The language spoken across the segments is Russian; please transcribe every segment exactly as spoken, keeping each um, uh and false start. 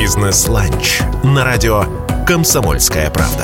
Бизнес-ланч на радио «Комсомольская правда».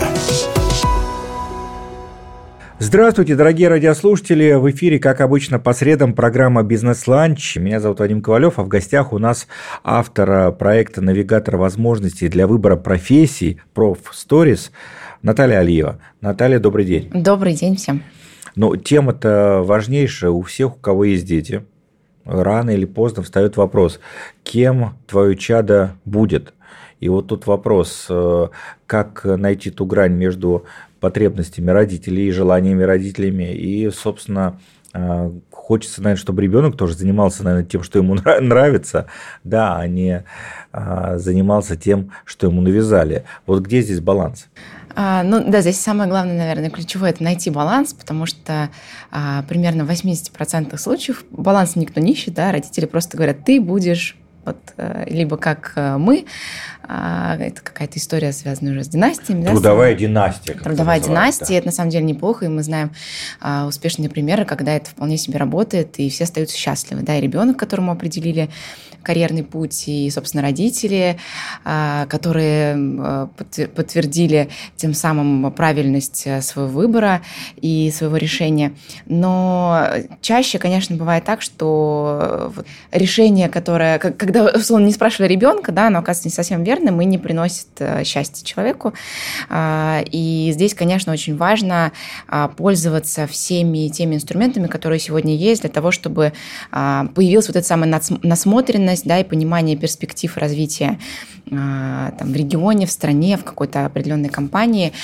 Здравствуйте, дорогие радиослушатели. В эфире, как обычно, по средам программа «Бизнес-ланч». Меня зовут Вадим Ковалев, а в гостях у нас автор проекта «Навигатор возможностей для выбора профессий» «Профсторис» Наталья Алиева. Наталья, добрый день. Добрый день всем. Ну, тема-то важнейшая у всех, у кого есть дети. Рано или поздно встает вопрос, кем твое чадо будет. И вот тут вопрос, как найти ту грань между потребностями родителей и желаниями родителями. И, собственно, хочется, наверное, чтобы ребенок тоже занимался, наверное, тем, что ему нравится, да, а не занимался тем, что ему навязали. Вот где здесь баланс? А, ну да, здесь самое главное, наверное, ключевое – это найти баланс, потому что а, примерно в восемьдесят процентов случаев баланс никто не ищет, да, родители просто говорят, ты будешь вот, либо как мы, это какая-то история, связанная уже с династиями. Трудовая да, династия. Трудовая династия, да. Это на самом деле неплохо, и мы знаем а, успешные примеры, когда это вполне себе работает, и все остаются счастливы. Да, и ребенок, которому определили карьерный путь, и, собственно, родители, а, которые а, подтвердили тем самым правильность своего выбора и своего решения. Но чаще, конечно, бывает так, что решение, которое, когда, условно, не спрашивали ребенка, да, оно оказывается не совсем верным и не приносит счастья человеку. И здесь, конечно, очень важно пользоваться всеми теми инструментами, которые сегодня есть, для того, чтобы появилась вот эта самая насмотренность, да, и понимание перспектив развития там, в регионе, в стране, в какой-то определенной компании,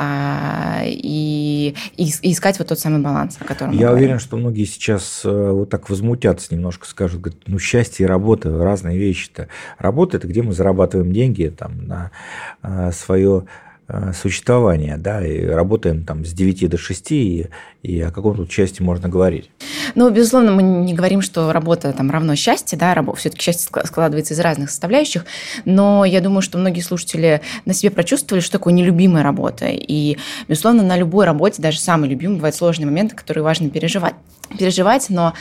и, и искать вот тот самый баланс, о котором мы Я говорим. уверен, что многие сейчас вот так возмутятся немножко, скажут, говорят, ну, счастье и работа – разные вещи-то. Работа – это где мы зарабатываем деньги там, на свое существование, да, и работаем там с девяти до шести, и, и о каком тут счастье можно говорить? Ну, безусловно, мы не говорим, что работа там равно счастье, да, работа, все-таки счастье складывается из разных составляющих, но я думаю, что многие слушатели на себе прочувствовали, что такое нелюбимая работа, и, безусловно, на любой работе, даже самой любимой, бывают сложные моменты, которые важно переживать. переживать, но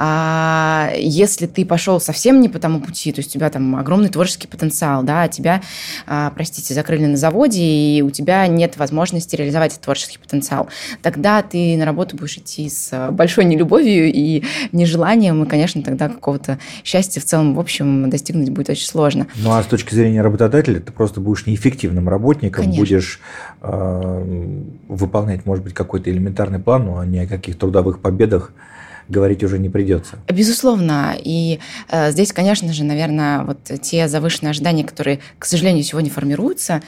а, если ты пошел совсем не по тому пути, то есть у тебя там огромный творческий потенциал, да, тебя, а, простите, закрыли на заводе, и у тебя нет возможности реализовать этот творческий потенциал, тогда ты на работу будешь идти с большой нелюбовью и нежеланием, и, конечно, тогда какого-то счастья в целом, в общем, достигнуть будет очень сложно. Ну, а с точки зрения работодателя, ты просто будешь неэффективным работником, конечно. Будешь э, выполнять, может быть, какой-то элементарный план, но ни о каких трудовых победах говорить уже не придется. Безусловно. И э, здесь, конечно же, наверное, вот те завышенные ожидания, которые, к сожалению, сегодня формируются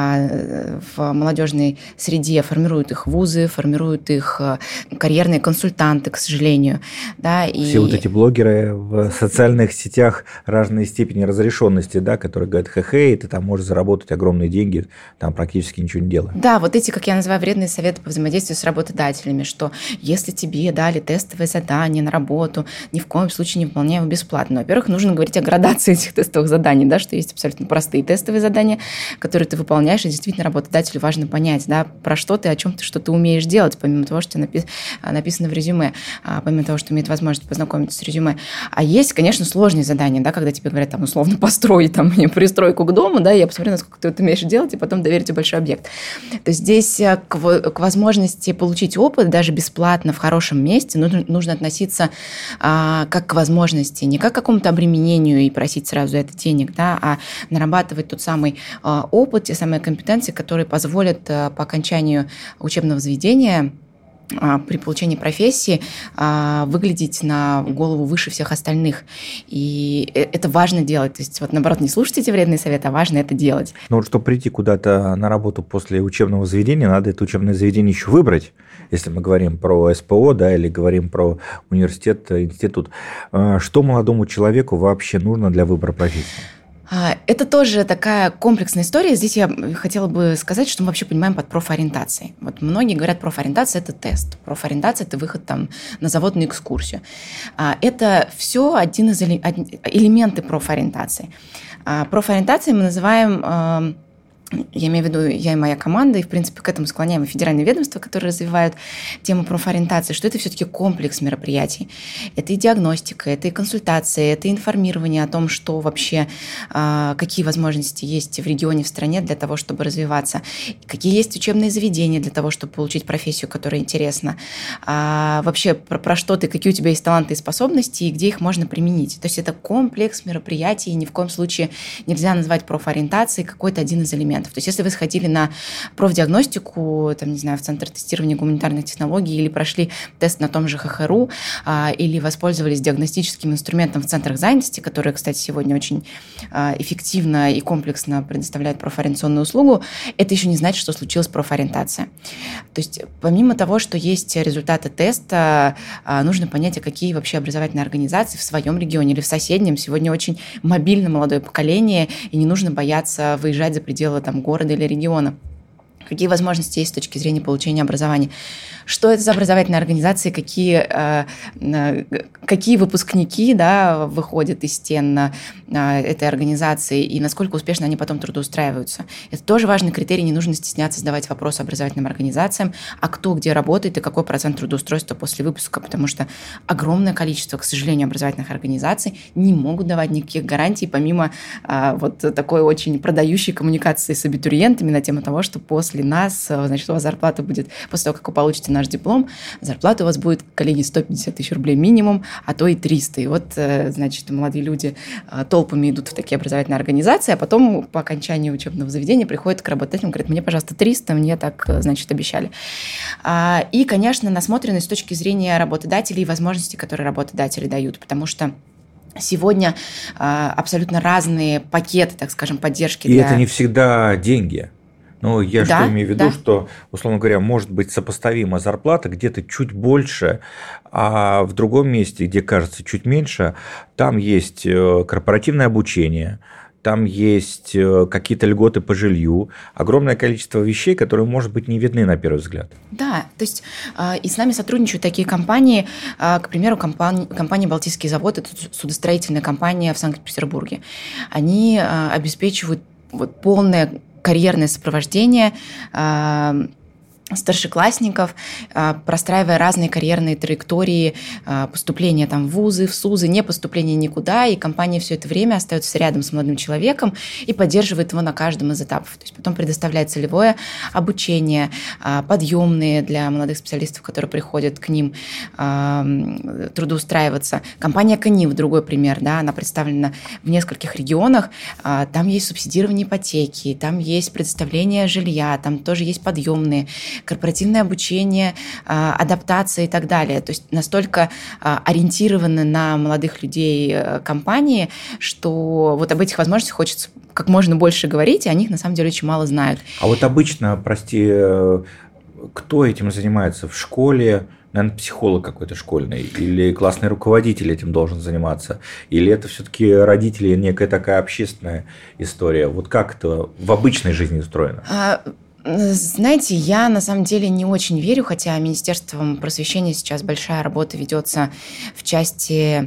э, в молодежной среде, формируют их вузы, формируют их э, карьерные консультанты, к сожалению. Да, и... Все вот эти блогеры в социальных сетях разной степени разрешенности, да, которые говорят, хе-хе, ты там можешь заработать огромные деньги, там практически ничего не делая. Да, вот эти, как я называю, вредные советы по взаимодействию с работодателями, что если тебе дали тестовые задания, на работу, ни в коем случае не выполняй его бесплатно. Во-первых, нужно говорить о градации этих тестовых заданий, да, что есть абсолютно простые тестовые задания, которые ты выполняешь, и действительно работодателю важно понять, да, про что ты, о чем ты, что ты умеешь делать, помимо того, что напи- написано в резюме, помимо того, что имеет возможность познакомиться с резюме. А есть, конечно, сложные задания, да, когда тебе говорят, там, условно, построй там, пристройку к дому, да, и я посмотрю, насколько ты это умеешь делать, и потом доверите большой объект. То есть здесь к, к возможности получить опыт даже бесплатно в хорошем месте нужно, нужно относиться а, как к возможности, не как к какому-то обременению и просить сразу за это денег, да, а нарабатывать тот самый а, опыт, те самые компетенции, которые позволят а, по окончанию учебного заведения при получении профессии выглядеть на голову выше всех остальных. И это важно делать. То есть, вот наоборот, не слушайте эти вредные советы, а важно это делать. Но вот, чтобы прийти куда-то на работу после учебного заведения, надо это учебное заведение еще выбрать. Если мы говорим про СПО, да, или говорим про университет, институт. Что молодому человеку вообще нужно для выбора профессии? Это тоже такая комплексная история. Здесь я хотела бы сказать, что мы вообще понимаем под профориентацией. Вот многие говорят, профориентация – это тест. Профориентация – это выход там, на завод на экскурсию. Это все один из элементы профориентации. Профориентацией мы называем я имею в виду, я и моя команда, и, в принципе, к этому склоняем и федеральные ведомства, которые развивают тему профориентации, что это все-таки комплекс мероприятий. Это и диагностика, это и консультация, это и информирование о том, что вообще, какие возможности есть в регионе, в стране для того, чтобы развиваться, какие есть учебные заведения для того, чтобы получить профессию, которая интересна, вообще про, про что ты, какие у тебя есть таланты и способности, и где их можно применить. То есть это комплекс мероприятий, и ни в коем случае нельзя назвать профориентацией какой-то один из элементов. То есть если вы сходили на профдиагностику, там, не знаю, в Центр тестирования гуманитарных технологий или прошли тест на том же ХХРУ, а, или воспользовались диагностическим инструментом в центрах занятости, которые, кстати, сегодня очень а, эффективно и комплексно предоставляют профориентационную услугу, это еще не значит, что случилась профориентация. То есть помимо того, что есть результаты теста, а, нужно понять, а какие вообще образовательные организации в своем регионе или в соседнем. Сегодня очень мобильно молодое поколение, и не нужно бояться выезжать за пределы там, города или региона. Какие возможности есть с точки зрения получения образования? Что это за образовательные организации, какие, э, какие выпускники, да, выходят из стен э, этой организации и насколько успешно они потом трудоустраиваются. Это тоже важный критерий, не нужно стесняться задавать вопросы образовательным организациям, а кто где работает и какой процент трудоустройства после выпуска, потому что огромное количество, к сожалению, образовательных организаций не могут давать никаких гарантий, помимо э, вот такой очень продающей коммуникации с абитуриентами на тему того, что после нас, значит, у вас зарплата будет, после того, как вы получите наш диплом, зарплата у вас будет, коллеги, сто пятьдесят тысяч рублей минимум, а то и триста. И вот, значит, молодые люди толпами идут в такие образовательные организации, а потом по окончании учебного заведения приходят к работодателям и говорят: мне, пожалуйста, триста, мне так, значит, обещали. И, конечно, насмотренность с точки зрения работодателей и возможностей, которые работодатели дают, потому что сегодня абсолютно разные пакеты, так скажем, поддержки. И для... это не всегда деньги. Ну, я да, что имею в виду, да. что, условно говоря, может быть сопоставима зарплата где-то чуть больше, а в другом месте, где кажется чуть меньше, там есть корпоративное обучение, там есть какие-то льготы по жилью, огромное количество вещей, которые, может быть, не видны на первый взгляд. Да, то есть и с нами сотрудничают такие компании, к примеру, компания, компания «Балтийский завод», это судостроительная компания в Санкт-Петербурге. Они обеспечивают вот полное карьерное сопровождение э, старшеклассников, э, простраивая разные карьерные траектории э, поступления там, в вузы, в СУЗы, не поступления никуда, и компания все это время остается рядом с молодым человеком и поддерживает его на каждом из этапов. То есть потом предоставляет целевое обучение, э, подъемные для молодых специалистов, которые приходят к ним э, трудоустраиваться. Компания «Канив», другой пример, да, она представлена в нескольких регионах, э, там есть субсидирование ипотеки, там есть предоставление жилья, там тоже есть подъемные, корпоративное обучение, адаптация и так далее. То есть настолько ориентированы на молодых людей компании, что вот об этих возможностях хочется как можно больше говорить, и о них на самом деле очень мало знают. А вот обычно, прости, кто этим занимается в школе? Наверное, психолог какой-то школьный, или классный руководитель этим должен заниматься, или это все-таки родители, некая такая общественная история? Вот как это в обычной жизни устроено? А... Знаете, я на самом деле не очень верю, хотя Министерством просвещения сейчас большая работа ведется в части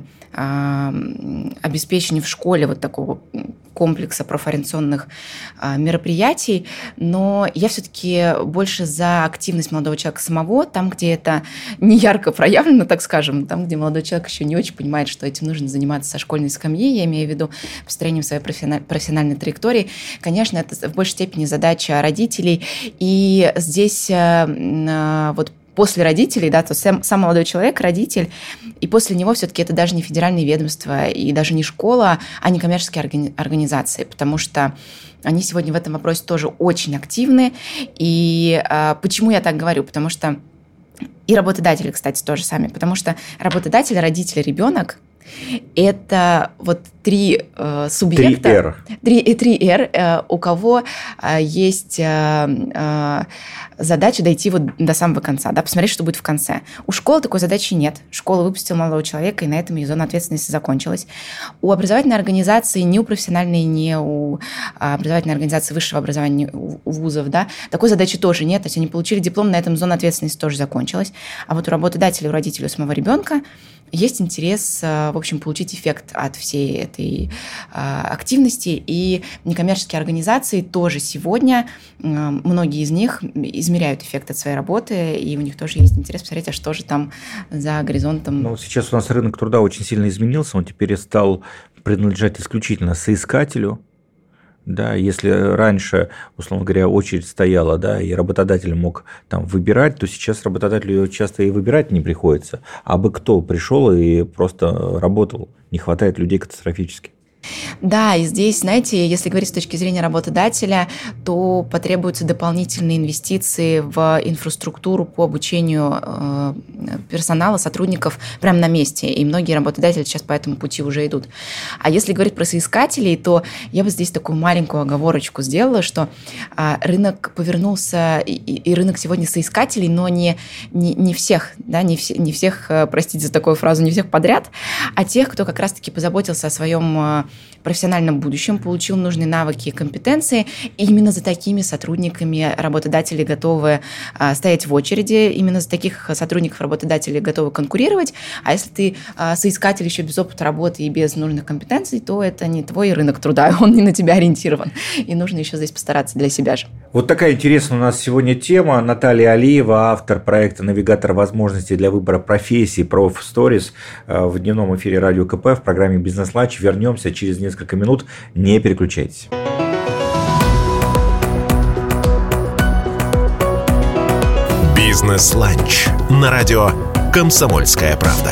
э, обеспечения в школе вот такого комплекса профориентационных э, мероприятий, но я все-таки больше за активность молодого человека самого, там, где это не ярко проявлено, так скажем, там, где молодой человек еще не очень понимает, что этим нужно заниматься со школьной скамьи, я имею в виду построением своей профессиональной траектории. Конечно, это в большей степени задача родителей, и здесь э, вот после родителей, да, то сам, сам молодой человек, родитель, и после него все-таки это даже не федеральные ведомства и даже не школа, а не коммерческие органи- организации, потому что они сегодня в этом вопросе тоже очень активны. И а, почему я так говорю? Потому что и работодатели, кстати, тоже сами, потому что работодатель, родитель, ребенок – это вот три э, субъекта. Три эр. Три эр, э, у кого э, есть э, э, задача дойти вот до самого конца, да, посмотреть, что будет в конце. У школы такой задачи нет. Школа выпустила молодого человека, и на этом ее зона ответственности закончилась. У образовательной организации, ни у профессиональной, ни у образовательной организации высшего образования, ни у вузов, да, такой задачи тоже нет. То есть они получили диплом, на этом зона ответственности тоже закончилась. А вот у работодателя, у родителей, у самого ребенка есть интерес, в общем, получить эффект от всей этой активности. И некоммерческие организации тоже сегодня, многие из них измеряют эффект от своей работы, и у них тоже есть интерес посмотреть, а что же там за горизонтом. Ну, сейчас у нас рынок труда очень сильно изменился, он теперь стал принадлежать исключительно соискателю. Да, если раньше, условно говоря, очередь стояла, да, и работодатель мог там выбирать, то сейчас работодателю часто и выбирать не приходится, а бы кто пришел и просто работал. Не хватает людей катастрофически. Да, и здесь, знаете, если говорить с точки зрения работодателя, то потребуются дополнительные инвестиции в инфраструктуру по обучению персонала, сотрудников прямо на месте. И многие работодатели сейчас по этому пути уже идут. А если говорить про соискателей, то я бы здесь такую маленькую оговорочку сделала, что рынок повернулся, и рынок сегодня соискателей, но не, не, не всех, да, не, все, не всех, простите за такую фразу, не всех подряд, а тех, кто как раз-таки позаботился о своем профессиональном будущем, получил нужные навыки и компетенции. И именно за такими сотрудниками работодатели готовы а, стоять в очереди, именно за таких сотрудников работодатели готовы конкурировать. А если ты а, соискатель еще без опыта работы и без нужных компетенций, то это не твой рынок труда, он не на тебя ориентирован. И нужно еще здесь постараться для себя же. Вот такая интересная у нас сегодня тема. Наталья Алиева, автор проекта «Навигатор возможностей для выбора профессии» ProfStories в дневном эфире Радио КП в программе «Бизнес-ланч». Вернемся через несколько минут. Не переключайтесь. «Бизнес-ланч» на радио «Комсомольская правда».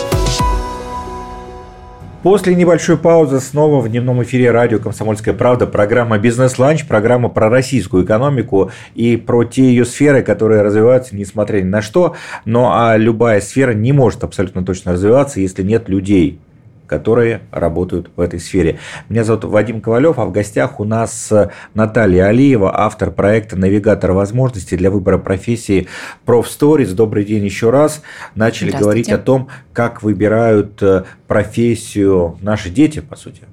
После небольшой паузы снова в дневном эфире радио «Комсомольская правда» программа «Бизнес-ланч», программа про российскую экономику и про те ее сферы, которые развиваются несмотря ни на что. Но а любая сфера не может абсолютно точно развиваться, если нет людей, которые работают в этой сфере. Меня зовут Вадим Ковалев, а в гостях у нас Наталья Алиева, автор проекта «Навигатор возможностей для выбора профессии» ProfStories. Добрый день еще раз. Начали говорить о том, как выбирают профессию наши дети, по сути.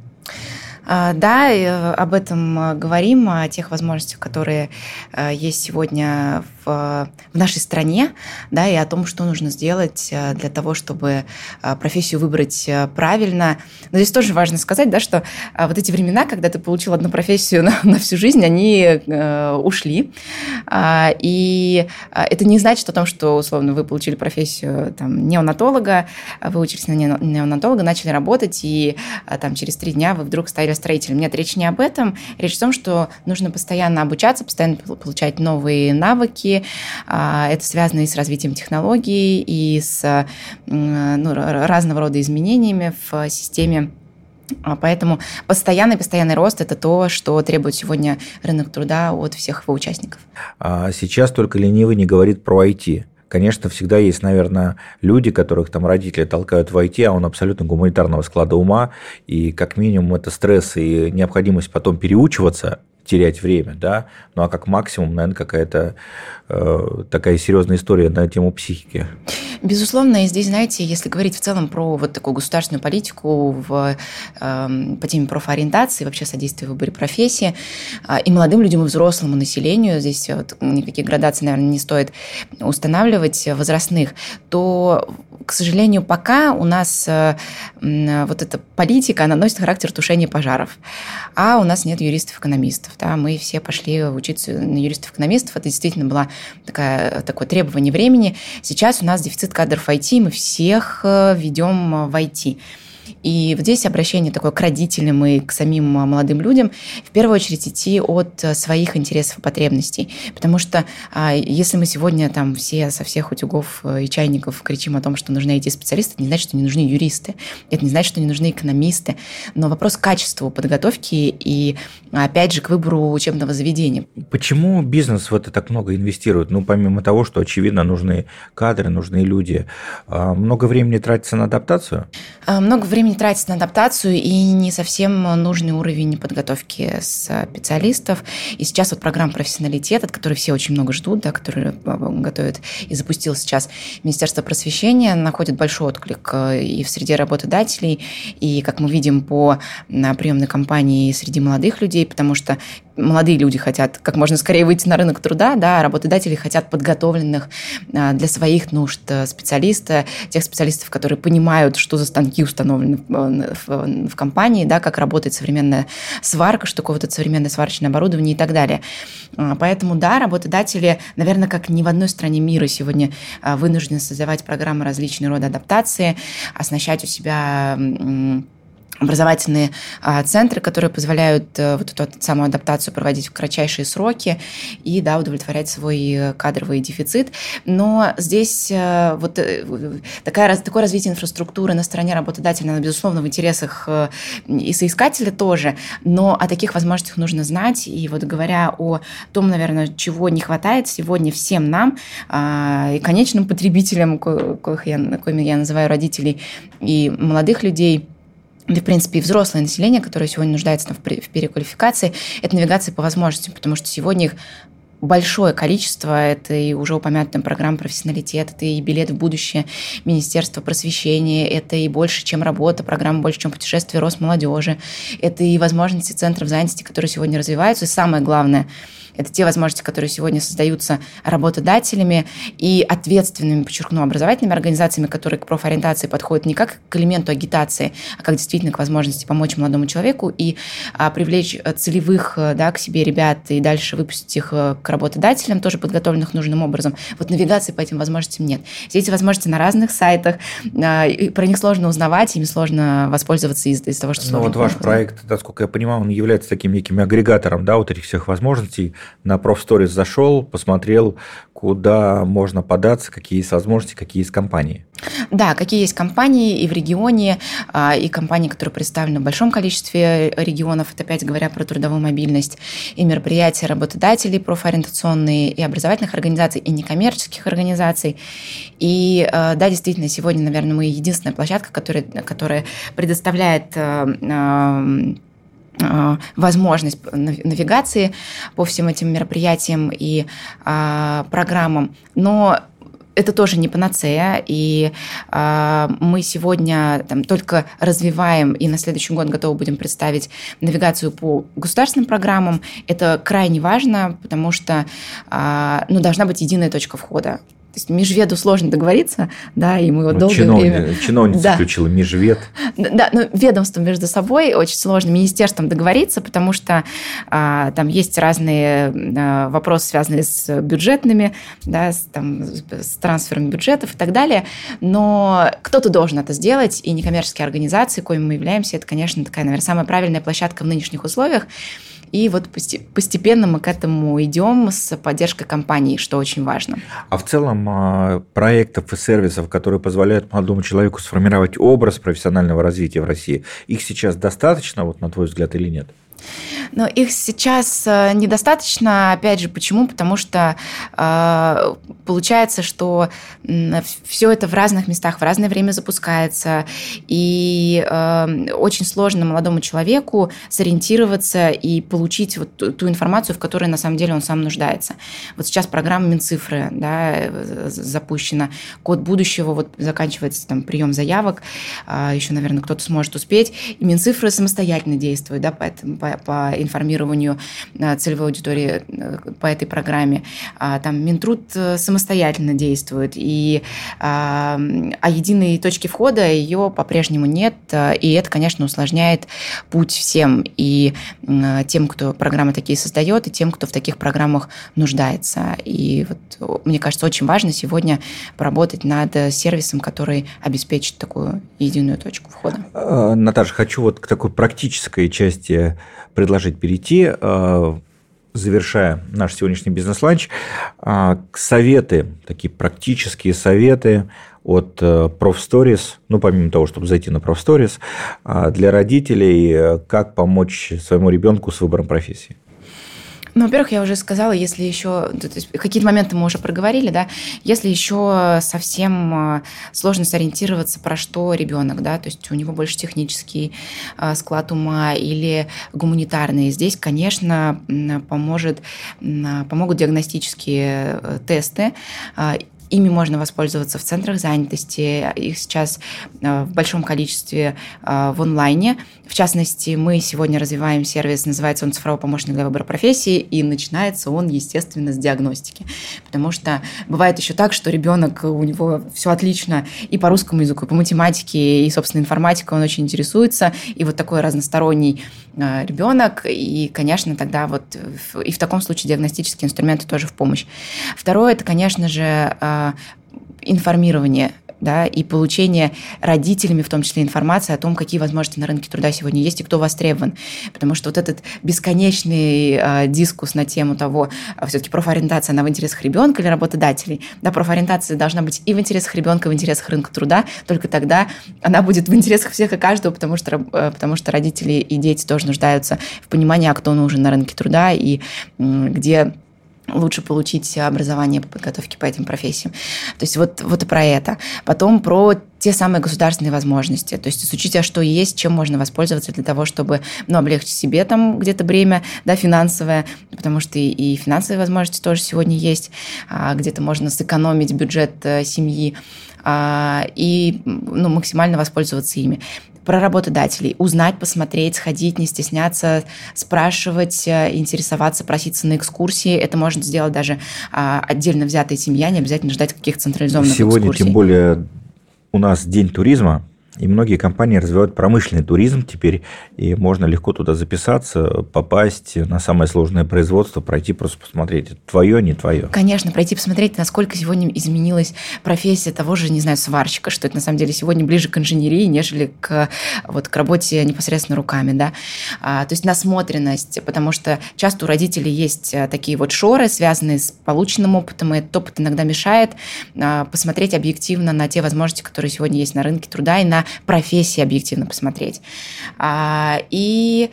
Да, об этом говорим, о тех возможностях, которые есть сегодня в, в нашей стране, да, и о том, что нужно сделать для того, чтобы профессию выбрать правильно. Но здесь тоже важно сказать, да, что вот эти времена, когда ты получил одну профессию на, на всю жизнь, они ушли. И это не значит о том, что, условно, вы получили профессию там, неонатолога, вы учились на неонатолога, начали работать, и там, через три дня вы вдруг стали строителем. Нет, речь не об этом. Речь о том, что нужно постоянно обучаться, постоянно получать новые навыки. Это связано и с развитием технологий, и с ну, разного рода изменениями в системе. Поэтому постоянный постоянный рост – это то, что требует сегодня рынок труда от всех его участников. А сейчас только ленивый не говорит про ай ти. Конечно, всегда есть, наверное, люди, которых там родители толкают в ай ти, а он абсолютно гуманитарного склада ума, и как минимум это стресс и необходимость потом переучиваться, терять время, да, ну а как максимум, наверное, какая-то э, такая серьезная история на тему психики. Безусловно, и здесь, знаете, если говорить в целом про вот такую государственную политику в, э, по теме профориентации, вообще содействия в выборе профессии, э, и молодым людям, и взрослому населению, здесь вот никаких градаций, наверное, не стоит устанавливать возрастных, то, к сожалению, пока у нас э, вот эта политика, она носит характер тушения пожаров, а у нас нет юристов-экономистов. Да, мы все пошли учиться на юристов-экономистов. Это действительно было такое, такое требование времени. Сейчас у нас дефицит кадров в ай ти, мы всех ведем в ай ти. И вот здесь обращение такое к родителям и к самим молодым людям, в первую очередь идти от своих интересов и потребностей. Потому что если мы сегодня там все со всех утюгов и чайников кричим о том, что нужны ай ти-специалисты, это не значит, что не нужны юристы, это не значит, что не нужны экономисты. Но вопрос качества подготовки и, опять же, к выбору учебного заведения. Почему бизнес в это так много инвестирует? Ну, помимо того, что, очевидно, нужны кадры, нужны люди. Много времени тратится на адаптацию? Много времени тратится на адаптацию и не совсем нужный уровень подготовки специалистов. И сейчас вот программа «Профессионалитет», от которой все очень много ждут, да, которую готовит и запустил сейчас Министерство просвещения, находит большой отклик и в среде работодателей, и, как мы видим, по приемной кампании среди молодых людей, потому что молодые люди хотят как можно скорее выйти на рынок труда, да, а работодатели хотят подготовленных для своих нужд специалиста, тех специалистов, которые понимают, что за станки установлены в, в компании, да, как работает современная сварка, что такое вот это современное сварочное оборудование и так далее. Поэтому, да, работодатели, наверное, как ни в одной стране мира сегодня вынуждены создавать программы различного рода адаптации, оснащать у себя образовательные а, центры, которые позволяют а, вот эту, эту самую адаптацию проводить в кратчайшие сроки и, да, удовлетворять свой кадровый дефицит. Но здесь а, вот такая, такое развитие инфраструктуры на стороне работодателя, оно, безусловно, в интересах а, и соискателя тоже, но о таких возможностях нужно знать. И вот говоря о том, наверное, чего не хватает сегодня всем нам а, и конечным потребителям, ко- коих я, коими я называю родителей и молодых людей, да, в принципе, и взрослое население, которое сегодня нуждается в переквалификации, это навигация по возможностям, потому что сегодня их большое количество, это и уже упомянутая программа «Профессионалитет», это и билет в будущее Министерства просвещения, это и больше, чем работа, программа «Больше, чем путешествие», Росмолодежи, это и возможности центров занятости, которые сегодня развиваются, и самое главное – это те возможности, которые сегодня создаются работодателями и ответственными, подчеркну, образовательными организациями, которые к профориентации подходят не как к элементу агитации, а как действительно к возможности помочь молодому человеку и а, привлечь целевых, да, к себе ребят и дальше выпустить их к работодателям, тоже подготовленных нужным образом. Вот навигации по этим возможностям нет. Все эти возможности на разных сайтах, а, и про них сложно узнавать, ими сложно воспользоваться из- из-за того, что сложно. Ну вот ваш проект, насколько я понимаю, он является таким неким агрегатором, да, вот этих всех возможностей. На профсторис зашел, посмотрел, куда можно податься, какие есть возможности, какие есть компании. Да, какие есть компании и в регионе, и компании, которые представлены в большом количестве регионов, это опять говоря про трудовую мобильность, и мероприятия работодателей профориентационные, и образовательных организаций, и некоммерческих организаций. И да, действительно, сегодня, наверное, мы единственная площадка, которая, которая предоставляет возможность навигации по всем этим мероприятиям и а, программам. Но это тоже не панацея, и а, мы сегодня там, только развиваем и на следующий год готовы будем представить навигацию по государственным программам. Это крайне важно, потому что а, ну, должна быть единая точка входа. То есть межведу сложно договориться, да, и мы вот ну, долгое чиновни, время... Чиновница да. включила межвед. Да, но ведомствам между собой очень сложно, министерствам договориться, потому что а, там есть разные а, вопросы, связанные с бюджетными, да, с, там, с трансфером бюджетов и так далее, но кто-то должен это сделать, и некоммерческие организации, коими мы являемся, это, конечно, такая, наверное, самая правильная площадка в нынешних условиях. И вот постепенно мы к этому идем с поддержкой компаний, что очень важно. А в целом проектов и сервисов, которые позволяют молодому человеку сформировать образ профессионального развития в России, их сейчас достаточно, вот на твой взгляд, или нет? Но их сейчас недостаточно, опять же, почему? Потому что э, получается, что все это в разных местах, в разное время запускается, и э, очень сложно молодому человеку сориентироваться и получить вот ту, ту информацию, в которой на самом деле он сам нуждается. Вот сейчас программа Минцифры, да, запущена, код будущего, вот заканчивается там прием заявок, э, еще, наверное, кто-то сможет успеть, и Минцифры самостоятельно действует, да, поэтому по, по информированию целевой аудитории по этой программе. Там Минтруд самостоятельно действует, и а единой точки входа ее по-прежнему нет, и это, конечно, усложняет путь всем, и тем, кто программы такие создает, и тем, кто в таких программах нуждается. И вот, мне кажется, очень важно сегодня поработать над сервисом, который обеспечит такую единую точку входа. Наташа, хочу вот к такой практической части предложить перейти, завершая наш сегодняшний бизнес-ланч, советы, такие практические советы от профсторис, ну, помимо того, чтобы зайти на профсторис, для родителей, как помочь своему ребенку с выбором профессии. Ну, во-первых, я уже сказала, если еще... Какие-то моменты мы уже проговорили, да, если еще совсем сложно сориентироваться, про что ребенок, да, то есть у него больше технический склад ума или гуманитарный. Здесь, конечно, поможет, помогут диагностические тесты, Ими можно воспользоваться в центрах занятости, их сейчас в большом количестве в онлайне. В частности, мы сегодня развиваем сервис, называется он «Цифровой помощник для выбора профессии», и начинается он, естественно, с диагностики. Потому что бывает еще так, что ребенок, у него все отлично и по русскому языку, и по математике, и, собственно, информатикой он очень интересуется, и вот такой разносторонний ребенок, и, конечно, тогда вот и в таком случае диагностические инструменты тоже в помощь. Второе, это, конечно же, информирование, да, и получение родителями, в том числе, информации о том, какие возможности на рынке труда сегодня есть и кто востребован. Потому что вот этот бесконечный э, дискус на тему того, э, все-таки профориентация, она в интересах ребенка или работодателей. Да, профориентация должна быть и в интересах ребенка, и в интересах рынка труда, только тогда она будет в интересах всех и каждого, потому что, э, потому что родители и дети тоже нуждаются в понимании, а кто нужен на рынке труда и э, где лучше получить образование по подготовке по этим профессиям. То есть вот, вот и про это. Потом про те самые государственные возможности. То есть изучить, а что есть, чем можно воспользоваться для того, чтобы ну, облегчить себе там где-то бремя, да, финансовое, потому что и, и финансовые возможности тоже сегодня есть. А, где-то можно сэкономить бюджет семьи а, и ну, максимально воспользоваться ими. Про работодателей. Узнать, посмотреть, сходить, не стесняться, спрашивать, интересоваться, проситься на экскурсии. Это можно сделать даже а, отдельно взятой семья, не обязательно ждать каких-то централизованных Сегодня, экскурсий. Сегодня, тем более, у нас День туризма, и многие компании развивают промышленный туризм теперь, и можно легко туда записаться, попасть на самое сложное производство, пройти, просто посмотреть, твое, не твое. Конечно, пройти посмотреть, насколько сегодня изменилась профессия того же, не знаю, сварщика, что это на самом деле сегодня ближе к инженерии, нежели к, вот, к работе непосредственно руками, да. А, то есть насмотренность, потому что часто у родителей есть такие вот шоры, связанные с полученным опытом, и этот опыт иногда мешает а, посмотреть объективно на те возможности, которые сегодня есть на рынке труда, и на профессии объективно посмотреть. А, и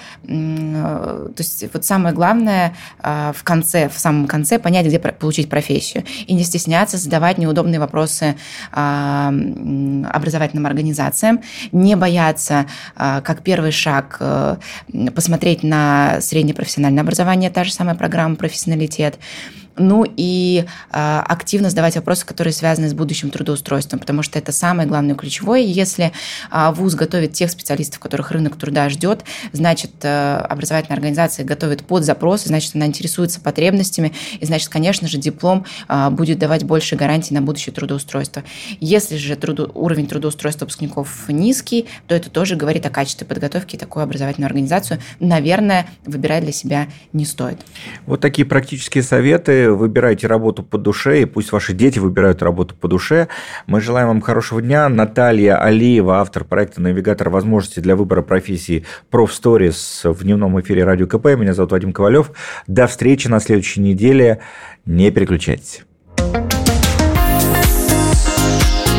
то есть вот самое главное а, в конце, в самом конце понять, где получить профессию. И не стесняться задавать неудобные вопросы а, образовательным организациям, не бояться, а, как первый шаг, а, посмотреть на среднепрофессиональное образование, та же самая программа «Профессионалитет». Ну и э, активно задавать вопросы, которые связаны с будущим трудоустройством, потому что это самое главное, ключевое. Если э, вуз готовит тех специалистов, которых рынок труда ждет, значит, э, образовательная организация готовит под запросы, значит, она интересуется потребностями, и, значит, конечно же, диплом э, будет давать больше гарантий на будущее трудоустройство. Если же трудо- уровень трудоустройства выпускников низкий, то это тоже говорит о качестве подготовки, и такую образовательную организацию, наверное, выбирать для себя не стоит. Вот такие практические советы. Выбирайте работу по душе, и пусть ваши дети выбирают работу по душе. Мы желаем вам хорошего дня. Наталья Алиева, автор проекта «Навигатор возможностей для выбора профессии Профсторис» в дневном эфире Радио КП. Меня зовут Вадим Ковалев. До встречи на следующей неделе. Не переключайтесь.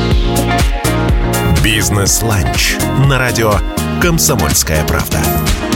Бизнес-ланч на радио «Комсомольская правда».